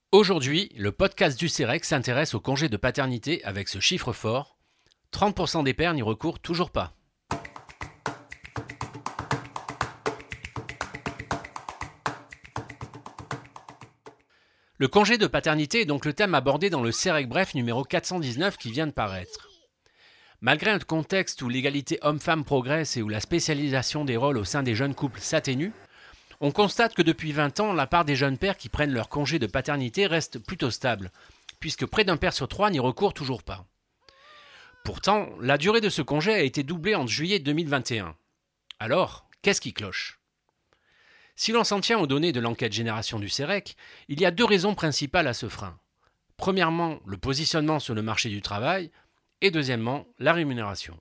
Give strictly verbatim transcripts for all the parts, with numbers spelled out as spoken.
Aujourd'hui, le podcast du CEREC s'intéresse au congé de paternité avec ce chiffre fort. trente pour cent des pères n'y recourent toujours pas. Le congé de paternité est donc le thème abordé dans le CEREC Bref numéro quatre cent dix-neuf qui vient de paraître. Malgré un contexte où l'égalité homme-femme progresse et où la spécialisation des rôles au sein des jeunes couples s'atténue, on constate que depuis vingt ans, la part des jeunes pères qui prennent leur congé de paternité reste plutôt stable, puisque près d'un père sur trois n'y recourt toujours pas. Pourtant, la durée de ce congé a été doublée en juillet deux mille vingt et un. Alors, qu'est-ce qui cloche ? Si l'on s'en tient aux données de l'enquête Génération du CEREC, il y a deux raisons principales à ce frein. Premièrement, le positionnement sur le marché du travail, et deuxièmement, la rémunération.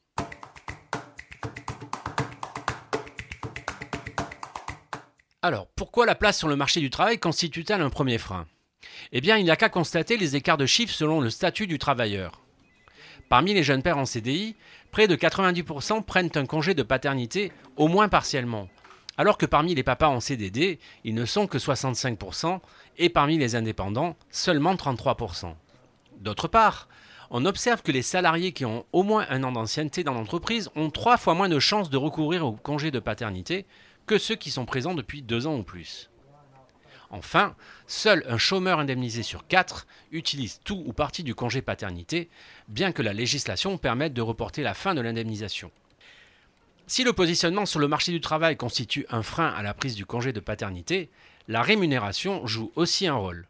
Alors, pourquoi la place sur le marché du travail constitue-t-elle un premier frein ? Eh bien, il n'y a qu'à constater les écarts de chiffres selon le statut du travailleur. Parmi les jeunes pères en C D I, près de quatre-vingt-dix pour cent prennent un congé de paternité, au moins partiellement, alors que parmi les papas en C D D, ils ne sont que soixante-cinq pour cent, et parmi les indépendants, seulement trente-trois pour cent. D'autre part, on observe que les salariés qui ont au moins un an d'ancienneté dans l'entreprise ont trois fois moins de chances de recourir au congé de paternité que ceux qui sont présents depuis deux ans ou plus. Enfin, seul un chômeur indemnisé sur quatre utilise tout ou partie du congé paternité, bien que la législation permette de reporter la fin de l'indemnisation. Si le positionnement sur le marché du travail constitue un frein à la prise du congé de paternité, la rémunération joue aussi un rôle.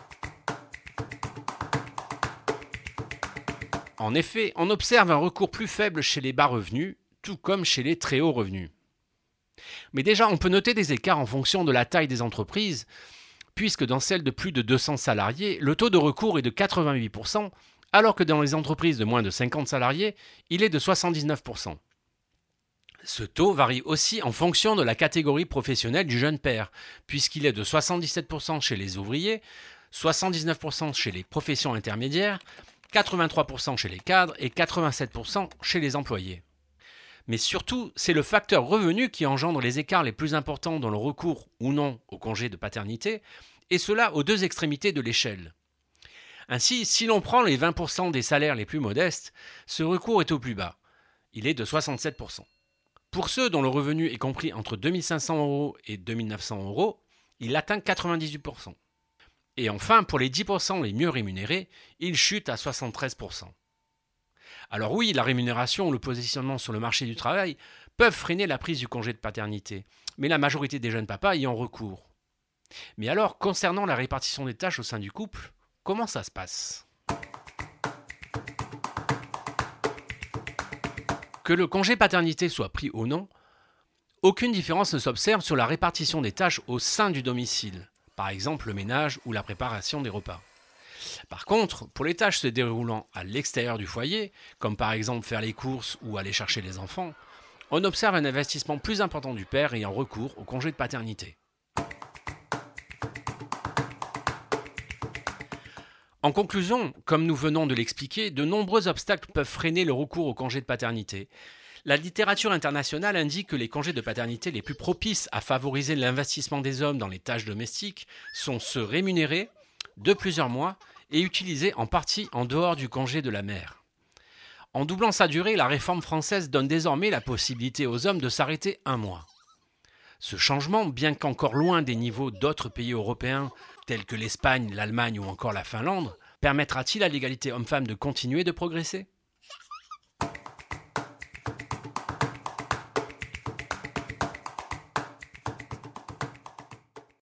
En effet, on observe un recours plus faible chez les bas revenus, tout comme chez les très hauts revenus. Mais déjà, on peut noter des écarts en fonction de la taille des entreprises, puisque dans celles de plus de deux cents salariés, le taux de recours est de quatre-vingt-huit pour cent, alors que dans les entreprises de moins de cinquante salariés, il est de soixante-dix-neuf pour cent. Ce taux varie aussi en fonction de la catégorie professionnelle du jeune père, puisqu'il est de soixante-dix-sept pour cent chez les ouvriers, soixante-dix-neuf pour cent chez les professions intermédiaires, quatre-vingt-trois pour cent chez les cadres et quatre-vingt-sept pour cent chez les employés. Mais surtout, c'est le facteur revenu qui engendre les écarts les plus importants dans le recours ou non au congé de paternité, et cela aux deux extrémités de l'échelle. Ainsi, si l'on prend les vingt pour cent des salaires les plus modestes, ce recours est au plus bas. Il est de soixante-sept pour cent. Pour ceux dont le revenu est compris entre deux mille cinq cents euros et deux mille neuf cents euros, il atteint quatre-vingt-dix-huit pour cent. Et enfin, pour les dix pour cent les mieux rémunérés, il chute à soixante-treize pour cent. Alors oui, la rémunération ou le positionnement sur le marché du travail peuvent freiner la prise du congé de paternité, mais la majorité des jeunes papas y ont recours. Mais alors, concernant la répartition des tâches au sein du couple, comment ça se passe ? Que le congé paternité soit pris ou non, aucune différence ne s'observe sur la répartition des tâches au sein du domicile, par exemple le ménage ou la préparation des repas. Par contre, pour les tâches se déroulant à l'extérieur du foyer, comme par exemple faire les courses ou aller chercher les enfants, on observe un investissement plus important du père ayant recours au congé de paternité. En conclusion, comme nous venons de l'expliquer, de nombreux obstacles peuvent freiner le recours au congé de paternité. La littérature internationale indique que les congés de paternité les plus propices à favoriser l'investissement des hommes dans les tâches domestiques sont ceux rémunérés, de plusieurs mois, et utilisés en partie en dehors du congé de la mère. En doublant sa durée, la réforme française donne désormais la possibilité aux hommes de s'arrêter un mois. Ce changement, bien qu'encore loin des niveaux d'autres pays européens tels que l'Espagne, l'Allemagne ou encore la Finlande, permettra-t-il à l'égalité homme-femme de continuer de progresser ?